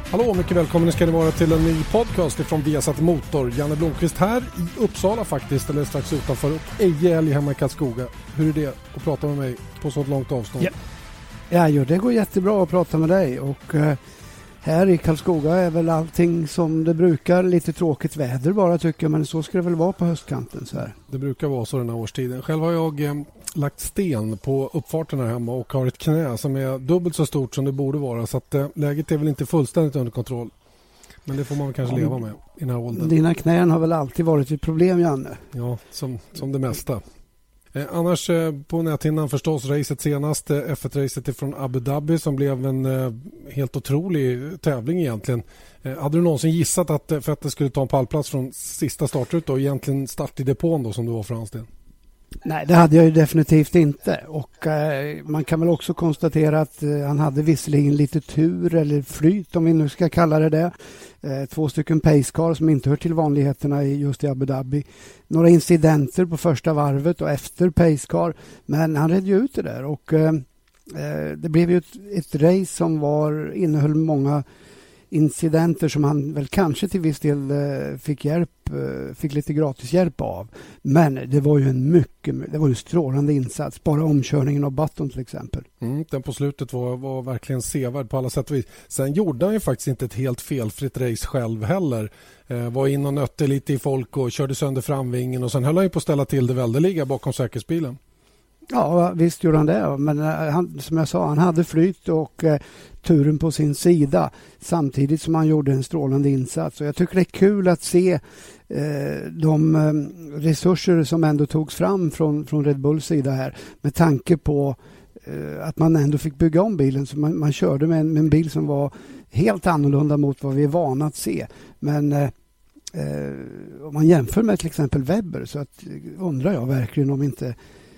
Hallå, mycket välkommen ska ni vara till en ny podcast från Viasat Motor. Janne Blomqvist här i Uppsala faktiskt, eller strax utanför, och Eje älg hemma i Karlskoga. Hur är det att prata med mig på så långt avstånd? Ja, det går jättebra att prata med dig, och här i Karlskoga är väl allting som det brukar. Lite tråkigt väder bara tycker jag, men så ska det väl vara på höstkanten så här. Det brukar vara så den här årstiden. Själv har jag lagt sten på uppfarten här hemma och har ett knä som är dubbelt så stort som det borde vara, så att läget är väl inte fullständigt under kontroll. Men det får man kanske leva med i den här åldern. Dina knän har väl alltid varit ett problem, Janne? Ja, som det mesta. Annars på näthinnan förstås racet senast, F1-racet från Abu Dhabi som blev en helt otrolig tävling egentligen. Hade du någonsin gissat att Vettel skulle ta en pallplats från sista startrut och egentligen start i depån då som det var för hans del? Nej, det hade jag ju definitivt inte, och man kan väl också konstatera att han hade visserligen lite tur eller flyt, om vi nu ska kalla det. 2 stycken pacecar som inte hör till vanligheterna just i Abu Dhabi. Några incidenter på första varvet och efter pacecar, men han redde ju ut det där, och det blev ju ett race som innehöll många incidenter som han väl kanske till viss del fick lite gratis hjälp av. Men det var ju en strålande insats. Bara omkörningen av Button till exempel. Den på slutet var verkligen sevärd på alla sätt och vis. Sen gjorde han ju faktiskt inte ett helt felfritt race själv heller. Var in och nötte lite i folk och körde sönder framvingen, och sen höll han ju på att ställa till det väldeliga bakom säkerhetsbilen. Ja, visst gjorde han det. Men som jag sa, han hade flyt och turen på sin sida samtidigt som han gjorde en strålande insats. Och jag tycker det är kul att se de resurser som ändå togs fram från Red Bulls sida här, med tanke på att man ändå fick bygga om bilen. Så man körde med en bil som var helt annorlunda mot vad vi är vana att se. Men om man jämför med till exempel Webber, så undrar jag verkligen om inte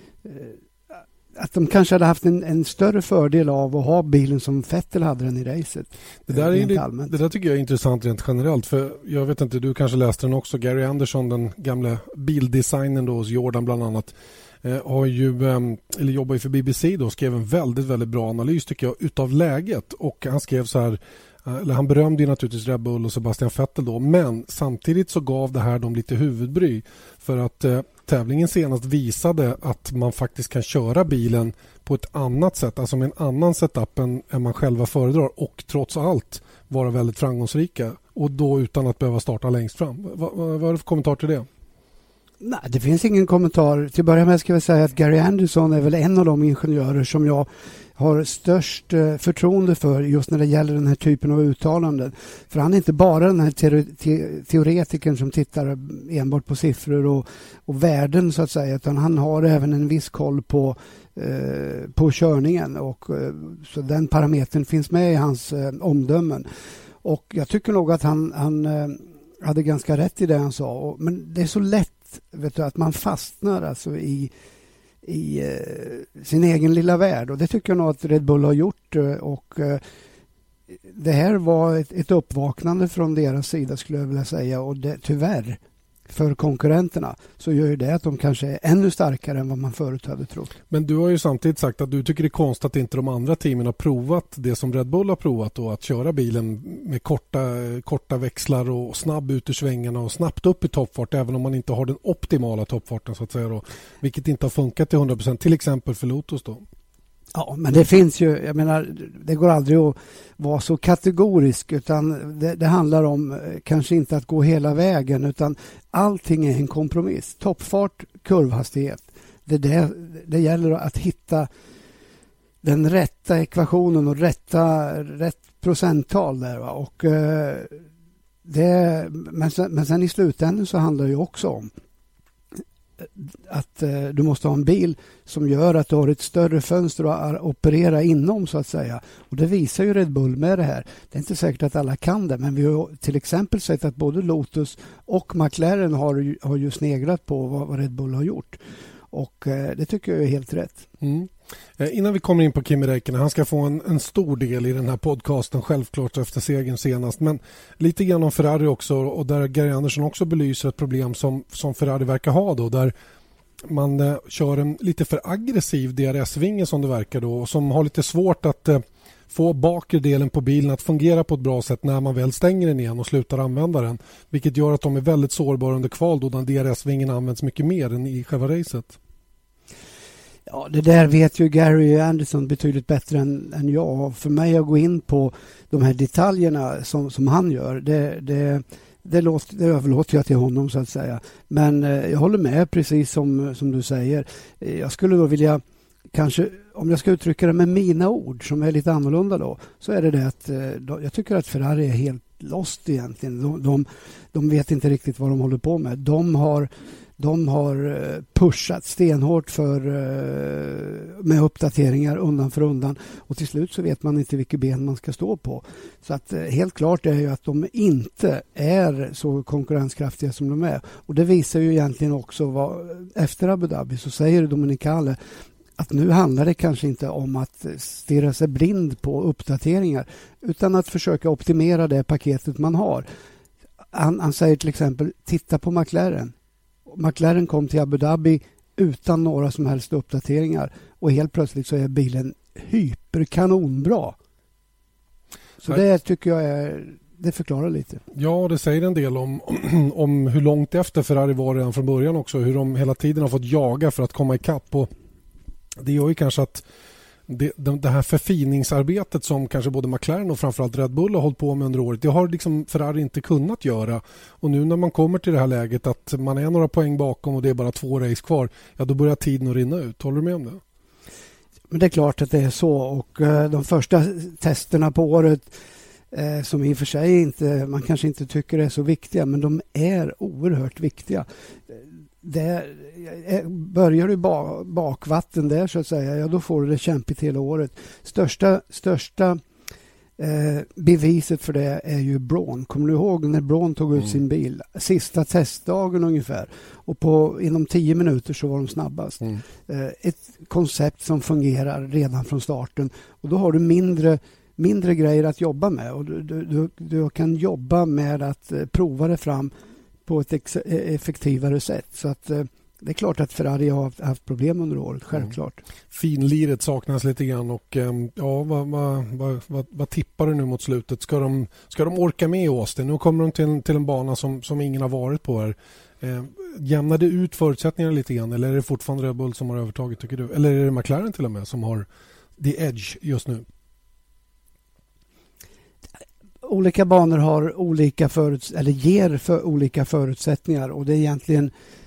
att de kanske hade haft en större fördel av att ha bilen som Vettel hade den i racet. Det där tycker jag är intressant rent generellt, för jag vet inte, du kanske läste den också. Gary Anderson, den gamla bildesignern då hos Jordan bland annat, jobbar ju för BBC då, skrev en väldigt, väldigt bra analys tycker jag utav läget, och han skrev så här, eller han berömde ju naturligtvis Red Bull och Sebastian Vettel då, men samtidigt så gav det här dem lite huvudbry, för att tävlingen senast visade att man faktiskt kan köra bilen på ett annat sätt, alltså med en annan setup än man själva föredrar, och trots allt vara väldigt framgångsrika, och då utan att behöva starta längst fram. Vad är det för kommentar till det? Nej, det finns ingen kommentar. Till att börja med ska jag säga att Gary Anderson är väl en av de ingenjörer som jag har störst förtroende för just när det gäller den här typen av uttalanden. För han är inte bara den här teoretikern som tittar enbart på siffror och värden så att säga, utan han har även en viss koll på körningen, och så den parametern finns med i hans omdömen. Och jag tycker nog att han hade ganska rätt i det han sa. Men det är så lätt, vet du, att man fastnar alltså i sin egen lilla värld, och det tycker jag nog att Red Bull har gjort, och det här var ett uppvaknande från deras sida skulle jag vilja säga, och det, tyvärr för konkurrenterna så gör ju det att de kanske är ännu starkare än vad man förut hade trott. Men du har ju samtidigt sagt att du tycker det är konstigt att inte de andra teamen har provat det som Red Bull har provat då, att köra bilen med korta växlar och snabb ut ur svängarna och snabbt upp i toppfart, även om man inte har den optimala toppfarten så att säga då, vilket inte har funkat till 100%, till exempel för Lotus då. Ja, men det finns ju, jag menar, det går aldrig att vara så kategorisk, utan det handlar om kanske inte att gå hela vägen, utan allting är en kompromiss. Toppfart, kurvhastighet. Det gäller att hitta den rätta ekvationen och rätt procenttal där, va? Och men sen i slutändan så handlar det ju också om att du måste ha en bil som gör att du har ett större fönster att operera inom så att säga. Och det visar ju Red Bull med det här. Det är inte säkert att alla kan det, men vi har till exempel sett att både Lotus och McLaren har ju sneglat på vad Red Bull har gjort. Och det tycker jag är helt rätt. Mm. Innan vi kommer in på Kimi Räikkönen, han ska få en stor del i den här podcasten självklart efter segern senast, men lite grann om Ferrari också, och där Gary Anderson också belyser ett problem som Ferrari verkar ha då, där man kör en lite för aggressiv DRS-vinge som det verkar då, och som har lite svårt att få bakre delen på bilen att fungera på ett bra sätt när man väl stänger den igen och slutar använda den. Vilket gör att de är väldigt sårbara under kval då den DRS-vingen används mycket mer än i själva racet. Ja, det där vet ju Gary Anderson betydligt bättre än jag. För mig att gå in på de här detaljerna som han gör, det överlåter jag till honom så att säga. Men jag håller med precis som du säger. Jag skulle då vilja, kanske om jag ska uttrycka det med mina ord som är lite annorlunda då, så är det att jag tycker att Ferrari är helt lost egentligen. De vet inte riktigt vad de håller på med. De har pushat stenhårt med uppdateringar undan för undan och till slut så vet man inte vilket ben man ska stå på. Så att helt klart är ju att de inte är så konkurrenskraftiga som de är. Och det visar ju egentligen också efter Abu Dhabi så säger Dominicale att nu handlar det kanske inte om att stirra sig blind på uppdateringar utan att försöka optimera det paketet man har. Han säger till exempel, titta på McLaren. McLaren kom till Abu Dhabi utan några som helst uppdateringar och helt plötsligt så är bilen hyperkanonbra. Så det tycker jag det förklarar lite. Ja, det säger en del om hur långt efter Ferrari var redan från början också. Hur de hela tiden har fått jaga för att komma ikapp. Och det gör ju kanske att det här förfiningsarbetet som kanske både McLaren och framförallt Red Bull har hållit på med under året, det har liksom Ferrari inte kunnat göra. Och nu när man kommer till det här läget att man är några poäng bakom och det är bara 2 race kvar, ja då börjar tiden att rinna ut. Håller du med om det? Men det är klart att det är så och de första testerna på året som i och för sig inte, man kanske inte tycker är så viktiga, men de är oerhört viktiga. Börjar du bakvatten där så att säga, ja då får du det kämpigt hela året. Största beviset för det är ju Braun. Kommer du ihåg när Braun tog ut sin bil? Sista testdagen ungefär. Och inom 10 minuter så var de snabbast. Ett koncept som fungerar redan från starten. Och då har du mindre grejer att jobba med. Och du kan jobba med att prova det fram på ett effektivare sätt. Så att det är klart att Ferrari har haft problem under året, självklart. Finliret saknas lite grann och ja, vad tippar du nu mot slutet? Ska de orka med Austin? Nu kommer de till en bana som ingen har varit på här. Jämnar det ut förutsättningarna lite grann eller är det fortfarande Red Bull som har övertaget tycker du? Eller är det McLaren till och med som har the edge just nu? Olika banor har olika olika förutsättningar och det är egentligen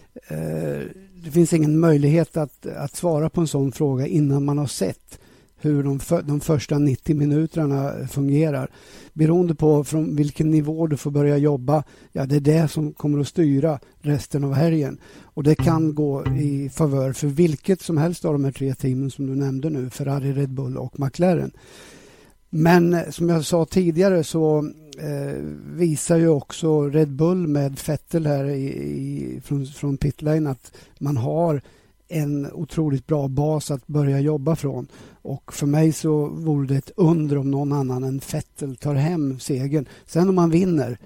det finns ingen möjlighet att svara på en sån fråga innan man har sett hur de första 90 minuterna fungerar. Beroende på från vilken nivå du får börja jobba, ja det är det som kommer att styra resten av helgen. Och det kan gå i favör för vilket som helst av de här 3 teamen som du nämnde nu, Ferrari, Red Bull och McLaren. Men som jag sa tidigare så visar ju också Red Bull med Vettel här från pitlane att man har en otroligt bra bas att börja jobba från. Och för mig så vore det ett under om någon annan än Vettel tar hem segern. Sen om man vinner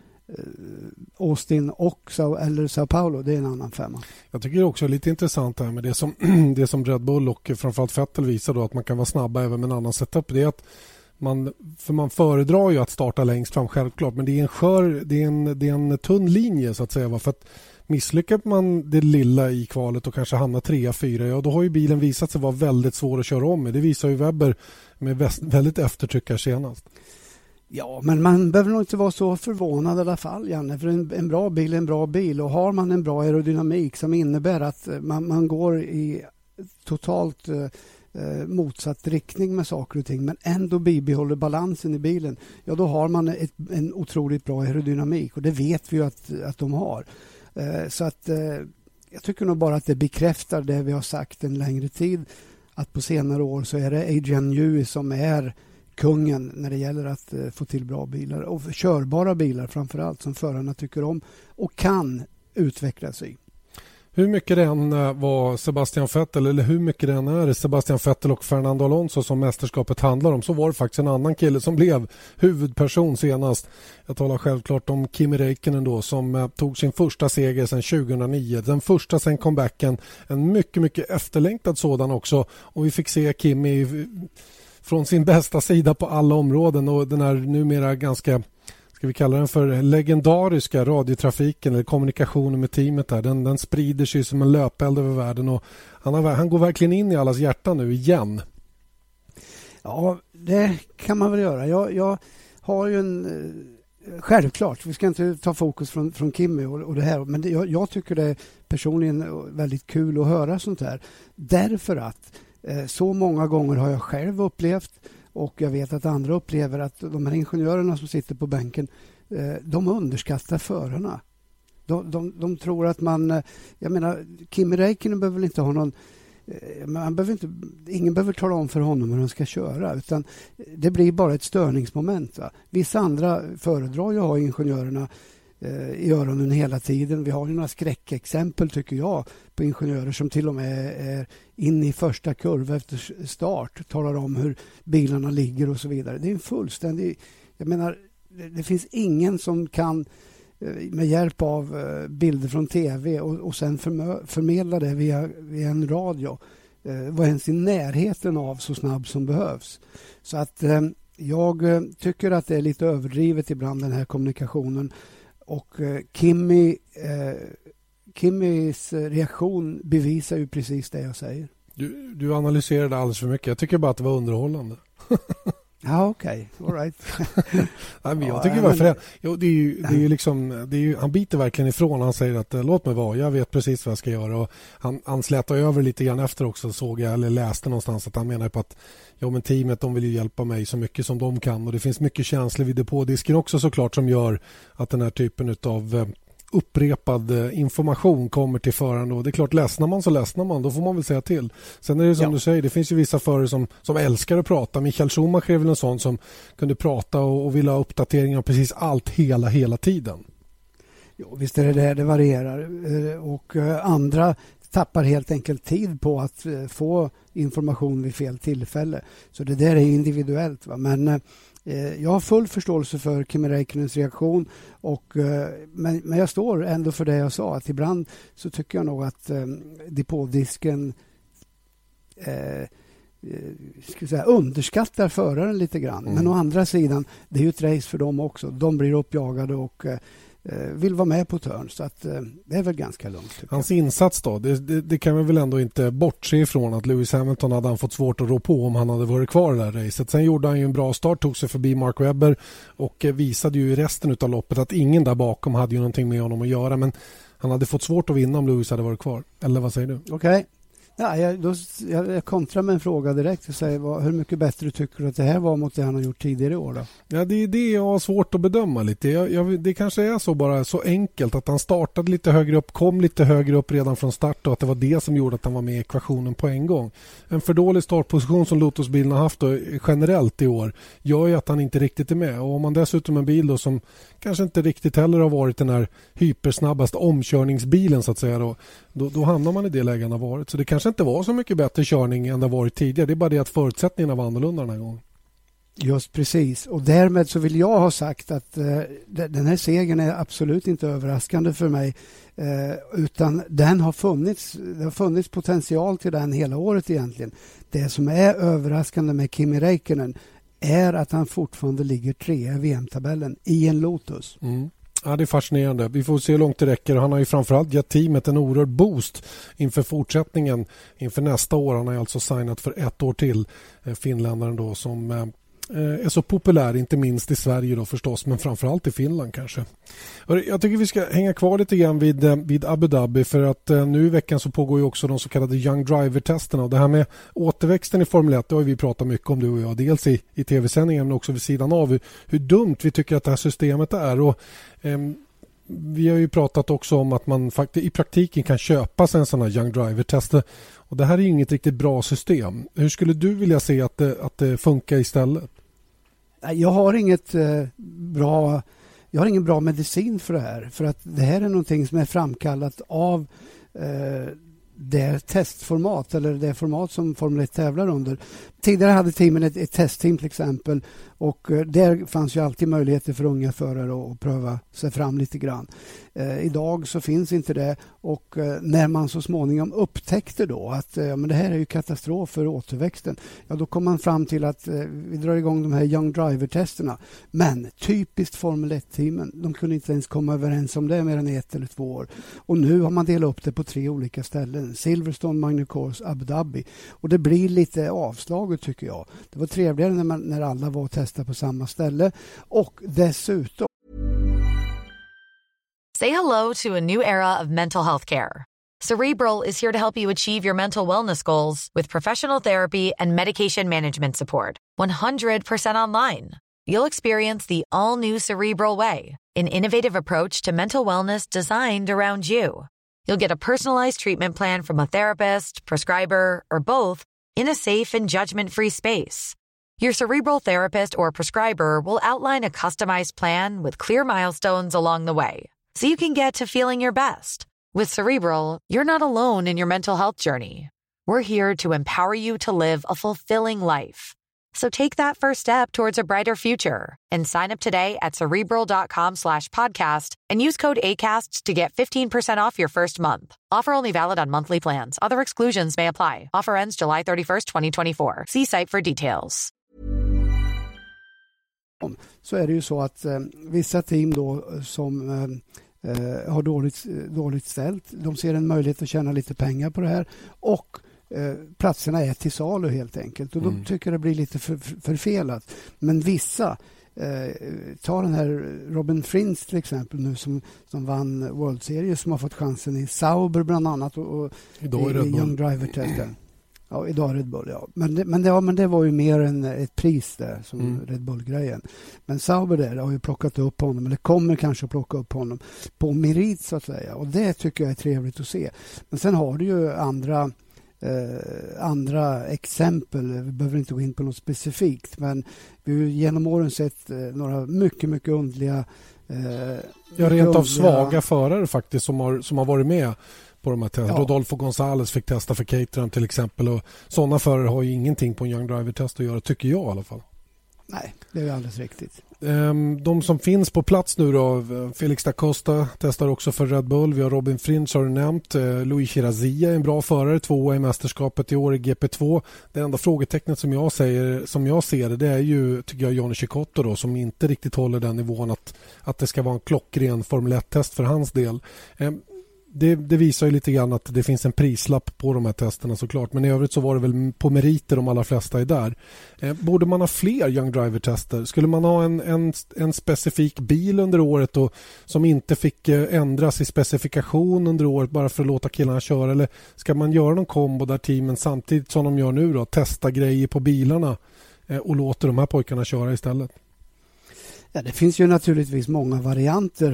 Austin eller Sao Paulo, det är en annan femma. Jag tycker det också är lite intressant här med det som Red Bull och framförallt Vettel visar då att man kan vara snabba även med en annan setup. Det är att man föredrar ju att starta längst fram självklart, men det är en tunn linje så att säga. För att misslyckas man det lilla i kvalet och kanske hamnar 3-4, ja då har ju bilen visat sig vara väldigt svår att köra om med. Det visar ju Webber med väldigt eftertryck här senast. Ja, men man behöver nog inte vara så förvånad i alla fall, Janne, för en bra bil är en bra bil och har man en bra aerodynamik som innebär att man går i totalt motsatt riktning med saker och ting men ändå bibehåller balansen i bilen, ja då har man en otroligt bra aerodynamik och det vet vi ju att de har. Så att jag tycker nog bara att det bekräftar det vi har sagt en längre tid, att på senare år så är det Adrian Newey som är kungen när det gäller att få till bra bilar och körbara bilar framförallt som förarna tycker om och kan utvecklas i. Hur mycket det än var Sebastian Vettel eller hur mycket det än är Sebastian Vettel och Fernando Alonso som mästerskapet handlar om, så var det faktiskt en annan kille som blev huvudperson senast. Jag talar självklart om Kimi Räikkönen då, som tog sin första seger sedan 2009. Den första sedan comebacken. En mycket, mycket efterlängtad sådan också. Och vi fick se Kimi från sin bästa sida på alla områden, och den här numera ganska, ska vi kalla den för legendariska radiotrafiken eller kommunikationen med teamet där, den sprider sig som en löpeld över världen, och han går verkligen in i allas hjärta nu igen. Ja, det kan man väl göra. Jag har ju självklart, vi ska inte ta fokus från Kimmy och det här, men jag tycker det är personligen väldigt kul att höra sånt här. Därför att så många gånger har jag själv upplevt, och jag vet att andra upplever, att de här ingenjörerna som sitter på bänken, de underskattar förarna. De tror att jag menar, Kimi Räikkönen behöver väl inte ha någon, ingen behöver tala om för honom hur han ska köra, utan det blir bara ett störningsmoment. Va? Vissa andra föredrar ju att ha ingenjörerna i öronen hela tiden. Vi har ju några skräckexempel, tycker jag, på ingenjörer som till och med är in i första kurva efter start, talar om hur bilarna ligger och så vidare. Det är en fullständig, jag menar, det finns ingen som kan med hjälp av bilder från tv och sen förmedla det via en radio var ens i närheten av så snabb som behövs. Så att jag tycker att det är lite överdrivet ibland, den här kommunikationen, och Kimmys reaktion bevisar ju precis det jag säger. Du analyserade alldeles för mycket. Jag tycker bara att det var underhållande. Ja, okej. All right. Nej, men jag tycker varför det är ju liksom, han biter verkligen ifrån. Han säger att låt mig vara, jag vet precis vad jag ska göra, och han slätar över lite grann efter också, såg jag eller läste någonstans att han menar på att men teamet, de vill ju hjälpa mig så mycket som de kan, och det finns mycket känslor vid depådisken också såklart som gör att den här typen av upprepad information kommer till föraren, och det är klart, ledsnar man, då får man väl säga till. Sen är det som du säger, det finns ju vissa förare som älskar att prata. Michael Schumacher är väl en sån som kunde prata och vill ha uppdateringar om precis allt hela tiden. Jo, visst är det varierar, och andra tappar helt enkelt tid på att få information vid fel tillfälle. Så det där är individuellt, va? Men jag har full förståelse för Kimi Räikkönens reaktion, men jag står ändå för det jag sa, att ibland så tycker jag nog att depådisken underskattar föraren lite grann. Men å andra sidan, det är ju ett race för dem också. De blir uppjagade och vill vara med på törn, så att det är väl ganska lugnt. Hans insats då, det kan vi väl ändå inte bortse ifrån, att Lewis Hamilton hade han fått svårt att rå på om han hade varit kvar i det här racet. Sen gjorde han ju en bra start, tog sig förbi Mark Webber och visade ju i resten av loppet att ingen där bakom hade ju någonting med honom att göra, men han hade fått svårt att vinna om Lewis hade varit kvar. Eller vad säger du? Okej. Ja, jag kontrar med en fråga direkt och säger, hur mycket bättre tycker du att det här var mot det han har gjort tidigare i år då? Ja, det är det jag har svårt att bedöma lite. Det kanske är så bara så enkelt att han startade lite högre upp, kom lite högre upp redan från start, och att det var det som gjorde att han var med i ekvationen på en gång. En för dålig startposition som Lotusbilen har haft då, generellt i år, gör ju att han inte riktigt är med. Och om man dessutom en bil då som kanske inte riktigt heller har varit den här hypersnabbaste omkörningsbilen så att säga, då hamnar man i det läget han har varit. Så det kanske inte var så mycket bättre körning än det varit tidigare. Det är bara det att förutsättningarna var annorlunda den här gången. Just precis. Och därmed så vill jag ha sagt att den här segern är absolut inte överraskande för mig. Utan det har funnits potential till den hela året egentligen. Det som är överraskande med Kimi Räikkönen är att han fortfarande ligger 3 i VM-tabellen i en Lotus. Ja, det är fascinerande. Vi får se hur långt det räcker. Han har ju framförallt gett teamet en oerhörd boost inför fortsättningen, inför nästa år. Han har alltså signat för 1 år till, finländaren då, som är så populär, inte minst i Sverige då förstås, men framförallt i Finland kanske. Jag tycker vi ska hänga kvar lite grann vid Abu Dhabi, för att nu i veckan så pågår ju också de så kallade Young Driver-testerna, och det här med återväxten i Formel 1, det har vi pratat mycket om, du och jag, dels i tv-sändningen men också vid sidan av hur dumt vi tycker att det här systemet är. Och vi har ju pratat också om att man faktiskt i praktiken kan köpa sig en sån här Young Driver-tester, och det här är ju inget riktigt bra system. Hur skulle du vilja se att det funkar istället? Jag har ingen bra medicin för det här. För att det här är någonting som är framkallat av det testformat eller det format som Formel 1 tävlar under. Tidigare hade teamen ett testteam till exempel, och där fanns ju alltid möjligheter för unga förare att pröva sig fram lite grann. Idag så finns inte det, och när man så småningom upptäckte då att men det här är ju katastrof för återväxten, då kom man fram till att vi drar igång de här Young Driver-testerna. Men typiskt Formel 1-teamen, de kunde inte ens komma överens om det mer än 1 eller 2 år. Och nu har man delat upp det på 3 olika ställen. Silverstone, Magny Course, Abu Dhabi. Och det blir lite avslaget tycker jag. Det var trevligare när alla var och testade på samma ställe. Och dessutom... Say hello to a new era of mental health care. Cerebral is here to help you achieve your mental wellness goals with professional therapy and medication management support. 100% online. You'll experience the all-new Cerebral Way, an innovative approach to mental wellness designed around you. You'll get a personalized treatment plan from a therapist, prescriber, or both in a safe and judgment-free space. Your Cerebral therapist or prescriber will outline a customized plan with clear milestones along the way, so you can get to feeling your best. With Cerebral, you're not alone in your mental health journey. We're here to empower you to live a fulfilling life. So take that first step towards a brighter future and sign up today at Cerebral.com/podcast and use code ACAST to get 15% off your first month. Offer only valid on monthly plans. Other exclusions may apply. Offer ends July 31st, 2024. See site for details. Så är det ju så att vissa team då som har dåligt ställt, de ser en möjlighet att tjäna lite pengar på det här, och platserna är till salu helt enkelt, och då tycker det blir lite förfelat. Men vissa tar den här Robin Frinz till exempel nu som vann World Series, som har fått chansen i Sauber bland annat och i Young Driver-testen. Ja, idag Red Bull, ja. Men det var ju mer än ett pris där, som Red Bull-grejen. Men Sauber där har ju plockat upp honom, eller kommer kanske att plocka upp honom på merit så att säga. Och det tycker jag är trevligt att se. Men sen har du ju andra exempel. Vi behöver inte gå in på något specifikt, men vi har genom åren sett några mycket, mycket underliga... rent av svaga förare faktiskt som har varit med på de här testerna. Ja. Rodolfo González fick testa för Caterham till exempel, och sådana förare har ju ingenting på en Young Driver-test att göra, tycker jag i alla fall. Nej, det är alldeles riktigt. De som finns på plats nu då, Felix da Costa testar också för Red Bull. Vi har Robin Frinz har du nämnt. Luis Chirazia är en bra förare, 2 i mästerskapet i år i GP2. Det enda frågetecknet som jag ser det är ju, tycker jag, Johnny Cecotto då, som inte riktigt håller den nivån att det ska vara en klockren Formel 1-test för hans del. Det visar ju lite grann att det finns en prislapp på de här testerna såklart. Men i övrigt så var det väl på meriter de allra flesta är där. Borde man ha fler Young Driver-tester? Skulle man ha en specifik bil under året och, som inte fick ändras i specifikation under året bara för att låta killarna köra? Eller ska man göra någon kombo där teamen samtidigt som de gör nu då, testa grejer på bilarna och låter de här pojkarna köra istället? Ja, det finns ju naturligtvis många varianter,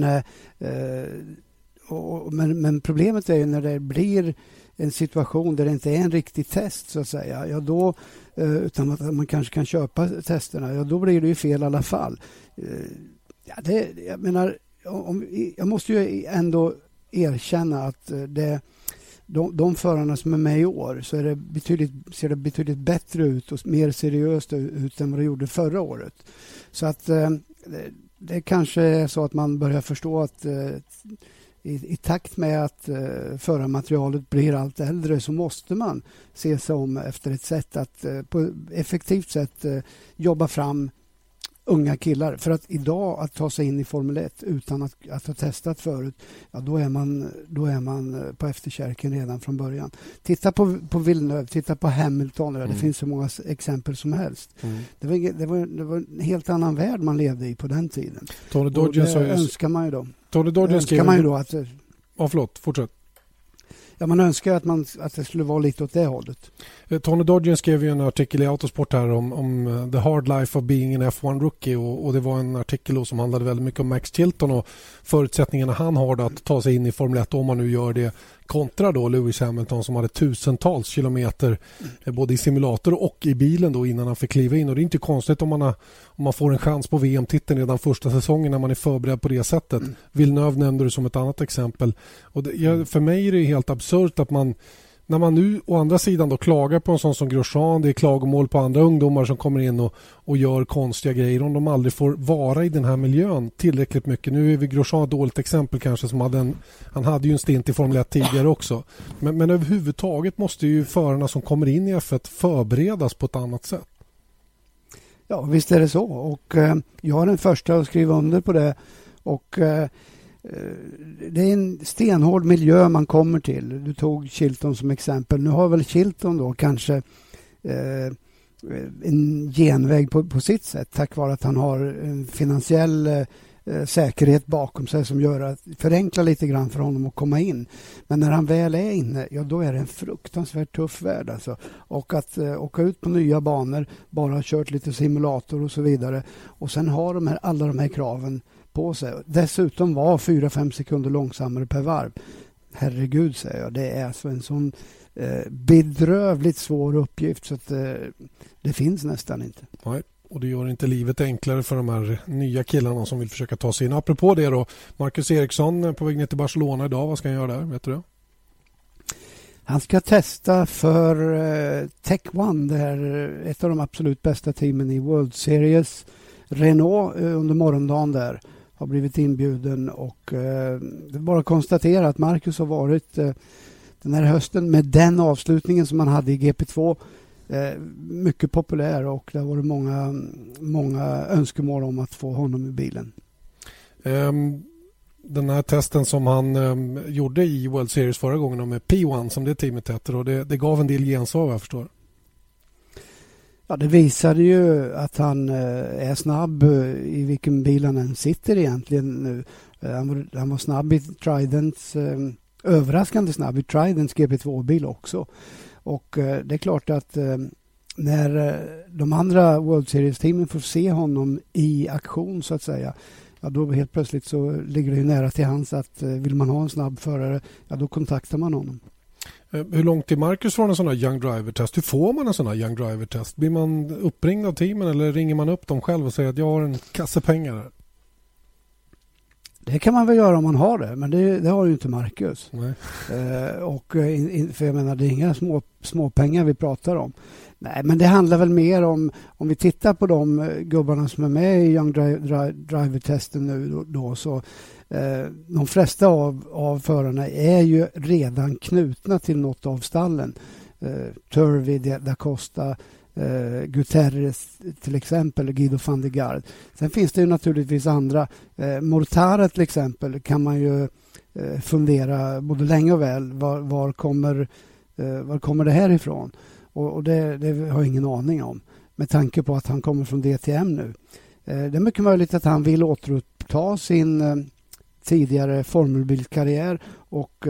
men problemet är ju när det blir en situation där det inte är en riktig test så att säga, utan att man kanske kan köpa testerna, då blir det ju fel i alla fall. Jag menar, jag måste ju ändå erkänna att de förarna som är med i år, så ser det betydligt bättre ut och mer seriöst ut än vad det gjorde förra året. Så att det kanske är så att man börjar förstå att i takt med att förarmaterialet blir allt äldre, så måste man se sig om efter ett sätt att på effektivt sätt jobba fram unga killar. För att idag att ta sig in i Formel 1 utan att ha testat förut, då är man på efterkärken redan från början. Titta på Villeneuve, titta på Hamilton. Det finns så många exempel som helst. Det var en helt annan värld man levde i på den tiden. Tony Dodgens önskar man ju då. Tony Dodgens önskar man ju då att... förlåt, fortsätt. Ja, man önskar att det skulle vara lite åt det hållet. Tony Dodgen skrev ju en artikel i Autosport här om the hard life of being an F1 rookie, och det var en artikel som handlade väldigt mycket om Max Chilton och förutsättningarna han har att ta sig in i Formel 1 om man nu gör det. Kontra då Lewis Hamilton som hade tusentals kilometer både i simulator och i bilen då innan han fick kliva in. Och det är inte konstigt om man får en chans på VM-titeln redan första säsongen när man är förberedd på det sättet. Villeneuve nämnde du som ett annat exempel. Och för mig är det helt absurt att när man nu å andra sidan då klagar på en sån som Grosjean, det är klagomål på andra ungdomar som kommer in och gör konstiga grejer om de aldrig får vara i den här miljön tillräckligt mycket. Nu är vi Grosjean ett dåligt exempel kanske som han hade ju en stint i Formel 1 tidigare också. Men överhuvudtaget måste ju förarna som kommer in i F1 förberedas på ett annat sätt. Ja, visst är det så. Och jag är den första att skriva under på det. Och det är en stenhård miljö man kommer till. Du tog Chilton som exempel. Nu har väl Chilton då kanske en genväg på sitt sätt tack vare att han har en finansiell säkerhet bakom sig som gör att förenkla lite grann för honom att komma in. Men när han väl är inne, ja då är det en fruktansvärt tuff värld alltså. Och att åka ut på nya banor, bara ha kört lite simulator och så vidare. Och sen har alla de här kraven på sig. Dessutom var 4-5 sekunder långsammare per varv. Herregud säger jag, det är alltså en sån bedrövligt svår uppgift så att det finns nästan inte. Nej. Och det gör inte livet enklare för de här nya killarna som vill försöka ta sig in. Apropå det då, Marcus Ericsson på väg ner till Barcelona idag. Vad ska han göra där? Vet du det? Han ska testa för Tech One, det här ett av de absolut bästa teamen i World Series. Renault under morgondagen där har blivit inbjuden och det är bara att konstatera att Marcus har varit den här hösten med den avslutningen som man hade i GP2 mycket populär och det har varit många önskemål om att få honom i bilen. Den här testen som han gjorde i World Series förra gången med P1 som det teamet heter och det gav en del gensvar jag förstår. Ja, det visade ju att han är snabb i vilken bil han än sitter egentligen nu. Han var snabb i Tridents, överraskande snabb i Tridents GP2-bil också. Och det är klart att när de andra World Series-teamen får se honom i aktion så att säga, ja då helt plötsligt så ligger det ju nära till hands att vill man ha en snabb förare, ja då kontaktar man honom. Hur långt är Marcus från en sån här Young Driver-test? Hur får man en sån här Young Driver-test? Blir man uppringd av teamen eller ringer man upp dem själv och säger att jag har en kasse pengar här? Det kan man väl göra om man har det, men det har ju inte Marcus. Nej. För jag menar, det är inga små pengar vi pratar om. Nej, men det handlar väl mer om vi tittar på de gubbarna som är med i Young Driver-testen nu då så de flesta av förarna är ju redan knutna till något av stallen. Turvey, Da Costa, Guterres till exempel, Guido van der Garde. Sen finns det ju naturligtvis andra. Mortara till exempel kan man ju fundera både länge och väl. Var kommer det här ifrån? Och det har jag ingen aning om. Med tanke på att han kommer från DTM nu. Det är mycket möjligt att han vill återuppta sin tidigare formelbilkarriär och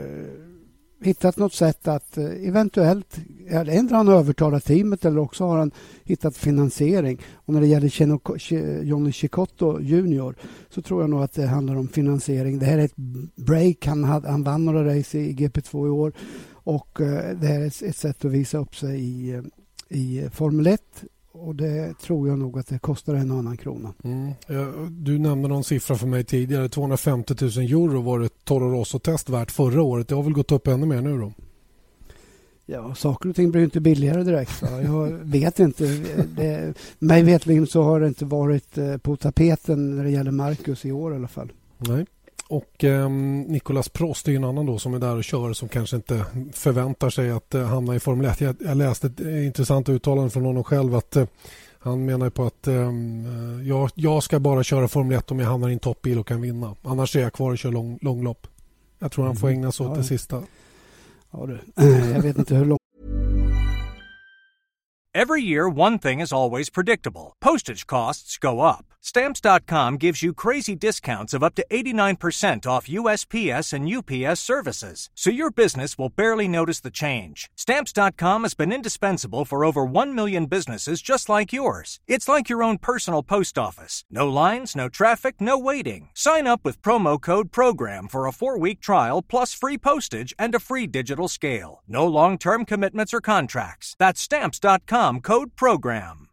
hittat något sätt att eventuellt, ändå han övertalat teamet eller också har han hittat finansiering. Och när det gäller Johnny Cecotto Junior så tror jag nog att det handlar om finansiering. Det här är ett break, han vann några race i GP2 i år och det här är ett sätt att visa upp sig i Formel 1. Och det tror jag nog att det kostar en annan krona. Du nämnde någon siffra för mig tidigare. 250 000 euro var ett Toro Rosso-test värt förra året. Det har väl gått upp ännu mer nu då? Ja, saker och ting blir inte billigare direkt. Va? Jag vet inte. Mig vetligen så har det inte varit på tapeten när det gäller Marcus i år i alla fall. Nej. Och Nicolas Prost är en annan då som är där och kör som kanske inte förväntar sig att hamna i Formel 1. Jag läste ett intressant uttalande från honom själv att han menar på att jag ska bara köra Formel 1 om jag hamnar i en toppbil och kan vinna. Annars är jag kvar och kör långlopp. Jag tror han får ägna sig åt det sista. Ja, jag vet inte hur långt. Every year, one thing is always predictable. Postage costs go up. Stamps.com gives you crazy discounts of up to 89% off USPS and UPS services, so your business will barely notice the change. Stamps.com has been indispensable for over 1 million businesses just like yours. It's like your own personal post office. No lines, no traffic, no waiting. Sign up with promo code PROGRAM for a 4-week trial plus free postage and a free digital scale. No long-term commitments or contracts. That's Stamps.com, code PROGRAM.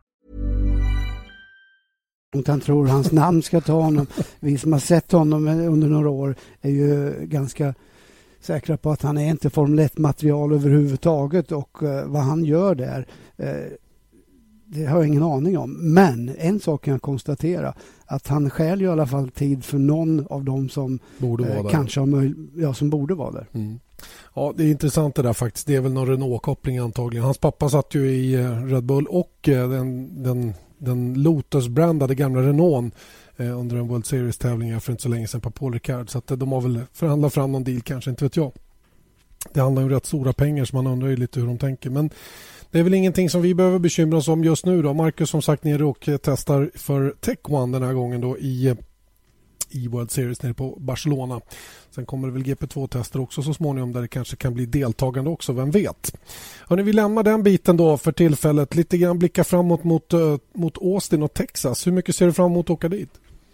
Han tror hans namn ska ta honom. Vi som har sett honom under några år är ju ganska säkra på att han är inte Formel 1-material överhuvudtaget, och vad han gör där, det har jag ingen aning om. Men en sak kan jag konstatera, att han själv i alla fall tid för någon av dem som kanske har som borde vara där. Mm. Ja, det är intressant det där faktiskt. Det är väl någon Renault-koppling antagligen. Hans pappa satt ju i Red Bull och den Lotus-brandade gamla Renault under en World Series-tävling för inte så länge sedan på Paul Ricard. Så att de har väl förhandlat fram någon deal, kanske, inte vet jag. Det handlar ju om rätt stora pengar, så man undrar ju lite hur de tänker. Men det är väl ingenting som vi behöver bekymra oss om just nu då. Marcus som sagt nere och testar för Tech One den här gången då i World Series nere på Barcelona. Sen kommer det väl GP2-tester också så småningom, där det kanske kan bli deltagande också, vem vet. Hörrni, vi lämnar den biten då för tillfället. Lite grann blicka framåt mot Austin och Texas. Hur mycket ser du fram emot att åka dit?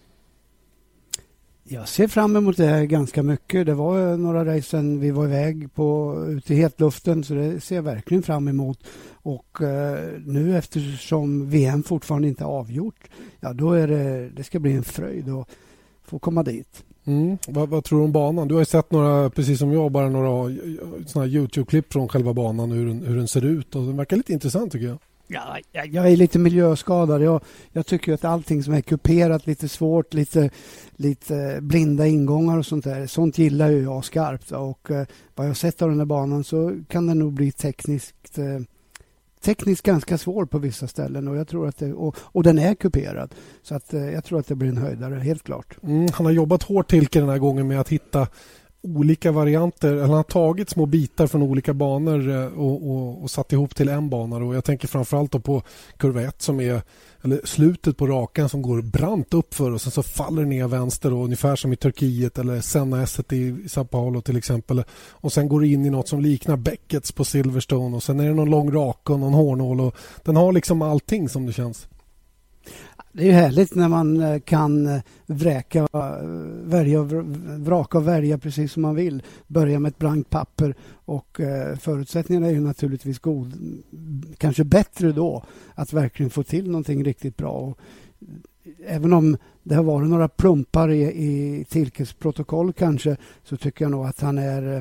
Jag ser fram emot det ganska mycket. Det var några race sen vi var iväg ut i hetluften, så det ser jag verkligen fram emot. Och nu eftersom VM fortfarande inte är avgjort, ja, då är det ska bli en fröjd att få komma dit. Vad tror du om banan? Du har ju sett några, precis som jag, bara några såna här YouTube-klipp från själva banan, hur den ser ut, och den verkar lite intressant tycker jag. Ja, jag är lite miljöskadad. Jag tycker att allting som är kuperat, lite svårt, lite blinda ingångar och sånt där, sånt gillar ju jag skarpt. Och vad jag har sett av den här banan så kan den nog bli tekniskt ganska svår på vissa ställen, och jag tror att och den är kuperad, så att jag tror att det blir en höjdare, helt klart. Han har jobbat hårt Tilke den här gången med att hitta olika varianter. Han har tagit små bitar från olika banor och satt ihop till en bana. Och jag tänker framförallt då på kurva 1 som är slutet på rakan som går brant uppför och sen så faller ner vänster, och ungefär som i Turkiet eller Senna S1 i Sao Paulo till exempel. Och sen går det in i något som liknar Becketts på Silverstone, och sen är det någon lång raka och någon hårnål, och den har liksom allting som det känns. Det är ju härligt när man kan vraka och välja precis som man vill. Börja med ett blankt papper, och förutsättningarna är ju naturligtvis kanske bättre då att verkligen få till någonting riktigt bra. Och även om det har varit några plumpar i Tilkes protokoll kanske, så tycker jag nog att han är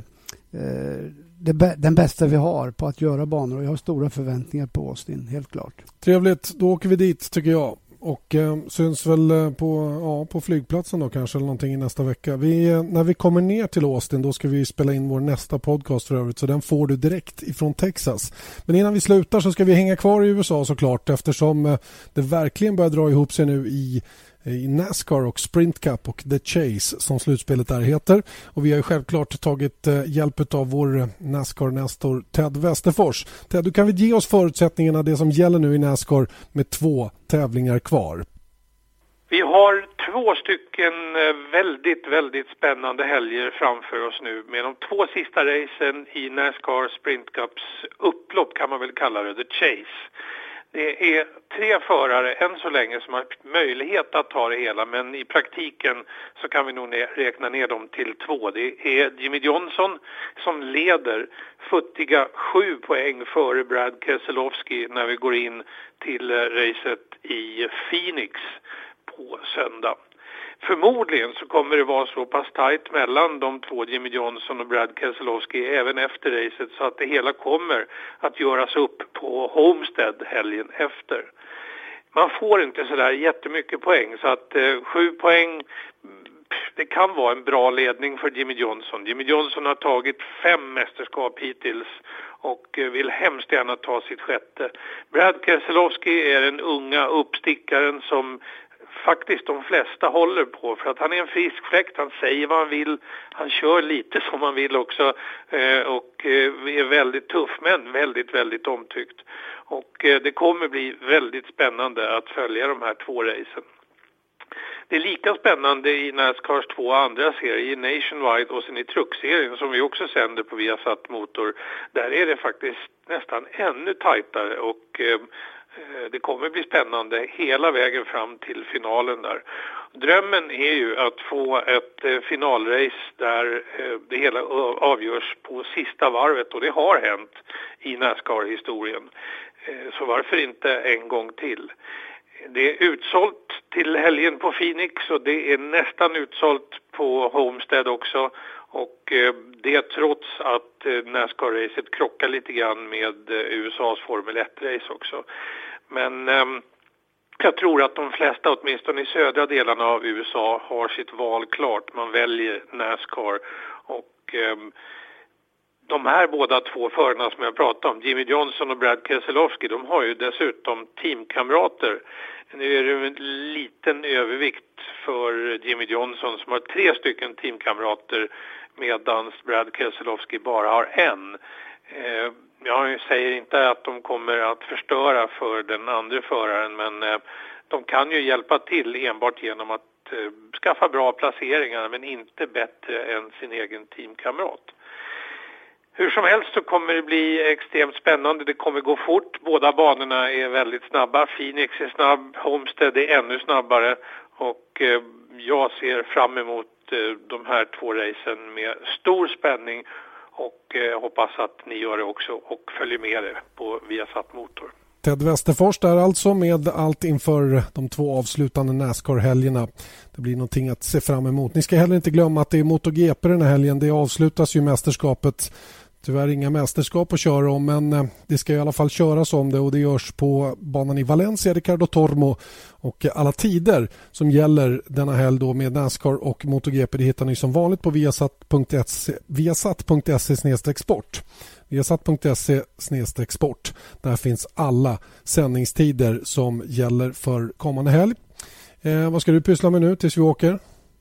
den bästa vi har på att göra banor, och jag har stora förväntningar på Austin, helt klart. Trevligt, då åker vi dit tycker jag. Och syns väl på flygplatsen då kanske, eller någonting i nästa vecka. När vi kommer ner till Austin, då ska vi spela in vår nästa podcast för övrigt, så den får du direkt ifrån Texas. Men innan vi slutar så ska vi hänga kvar i USA såklart, eftersom det verkligen börjar dra ihop sig nu i NASCAR och Sprint Cup och The Chase som slutspelet där heter. Och vi har ju självklart tagit hjälp av vår NASCAR-nestor Ted Westerfors. Ted, du kan väl ge oss förutsättningarna, det som gäller nu i NASCAR med 2 tävlingar kvar? Vi har 2 stycken väldigt, väldigt spännande helger framför oss nu, med de 2 sista racen i NASCAR Sprint Cups upplopp, kan man väl kalla det, The Chase. Det är 3 förare än så länge som har möjlighet att ta det hela, men i praktiken så kan vi nog räkna ner dem till 2. Det är Jimmy Johnson som leder futtiga 7 poäng före Brad Keselowski när vi går in till racet i Phoenix på söndag. Förmodligen så kommer det vara så pass tajt mellan de 2, Jimmy Johnson och Brad Keselowski, även efter racet, så att det hela kommer att göras upp på Homestead helgen efter. Man får inte så där jättemycket poäng, så att 7 poäng, det kan vara en bra ledning för Jimmy Johnson. Jimmy Johnson har tagit 5 mästerskap hittills och vill hemskt gärna ta sitt 6:e. Brad Keselowski är den unga uppstickaren som faktiskt de flesta håller på, för att han är en frisk fläkt, han säger vad han vill, han kör lite som han vill också, och är väldigt tuff, men väldigt, väldigt omtyckt. Och det kommer bli väldigt spännande att följa de här 2 racen. Det är lika spännande i Nascars 2 andra serier, i Nationwide och sen i truckserien som vi också sänder på Viasat Motor. Där är det faktiskt nästan ännu tajtare och det kommer bli spännande hela vägen fram till finalen där. Drömmen är ju att få ett finalrace där det hela avgörs på sista varvet, och det har hänt i NASCAR-historien. Så varför inte en gång till? Det är utsålt till helgen på Phoenix och det är nästan utsålt på Homestead också. Och det trots att NASCAR-racet krockar lite grann med USAs Formel 1-race också. Men jag tror att de flesta, åtminstone i södra delarna av USA, har sitt val klart. Man väljer NASCAR. Och de här båda 2 förarna som jag pratade om, Jimmy Johnson och Brad Keselowski, de har ju dessutom teamkamrater. Nu är det en liten övervikt för Jimmy Johnson som har 3 stycken teamkamrater, medan Brad Keselowski bara har en. Jag säger inte att de kommer att förstöra för den andra föraren, men de kan ju hjälpa till enbart genom att skaffa bra placeringar, men inte bättre än sin egen teamkamrat. Hur som helst så kommer det bli extremt spännande. Det kommer gå fort. Båda banorna är väldigt snabba. Phoenix är snabb, Homestead är ännu snabbare. Och jag ser fram emot de här 2 racen med stor spänning. Och hoppas att ni gör det också och följer med det på Viasat Motor. Ted Westerfors där alltså med allt inför de 2 avslutande NASCAR-helgerna. Det blir någonting att se fram emot. Ni ska heller inte glömma att det är MotoGP den här helgen. Det avslutas ju mästerskapet. Tyvärr inga mästerskap att köra om, men det ska i alla fall köras om det, och det görs på banan i Valencia, Ricardo Tormo, och alla tider som gäller denna helg då med NASCAR och MotoGP, det hittar ni som vanligt på viasat.se/sport. Viasat.se/sport. Där finns alla sändningstider som gäller för kommande helg. Vad ska du pyssla med nu tills vi åker?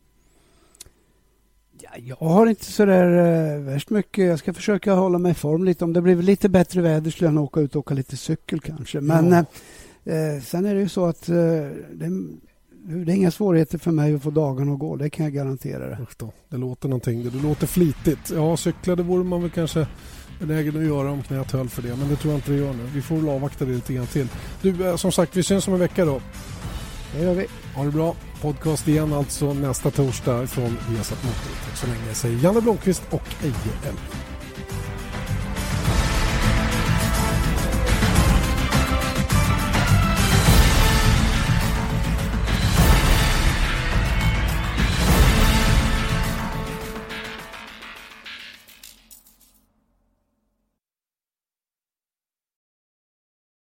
Jag har inte så där värst mycket. Jag ska försöka hålla mig i form lite. Om det blir lite bättre väder skulle jag åka ut och åka lite cykel kanske. Men sen är det ju så att det är inga svårigheter för mig att få dagen att gå. Det kan jag garantera det. Det låter någonting. Det låter flitigt. Ja, cyklade vore man väl kanske benägen att göra om knät höll för det. Men det tror jag inte det gör nu. Vi får väl avvakta det lite grann till. Du, som sagt, vi syns om en vecka då. Det gör vi. Ha det bra. Podcast igen alltså nästa torsdag från Viasat Motor. Tack så länge. Jag säger Janne Blomqvist och Eje Elm.